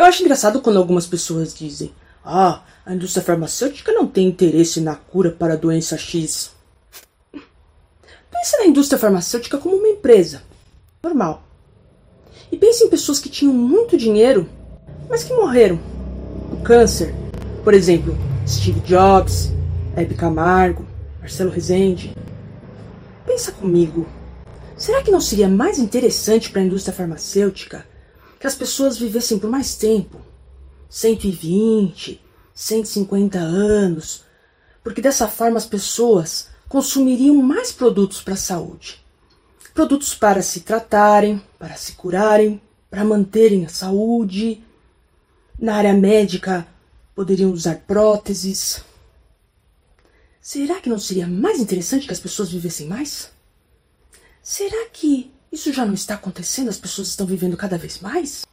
Eu acho engraçado quando algumas pessoas dizem: ah, a indústria farmacêutica não tem interesse na cura para a doença X. Pense na indústria farmacêutica como uma empresa normal. E pense em pessoas que tinham muito dinheiro, mas que morreram. O câncer, por exemplo, Steve Jobs, Hebe Camargo, Marcelo Rezende. Pensa comigo, será que não seria mais interessante para a indústria farmacêutica que as pessoas vivessem por mais tempo? 120, 150 anos, porque dessa forma as pessoas consumiriam mais produtos para a saúde. Produtos para se tratarem, para se curarem, para manterem a saúde. Na área médica, poderiam usar próteses. Será que não seria mais interessante que as pessoas vivessem mais? Será que isso já não está acontecendo? As pessoas estão vivendo cada vez mais?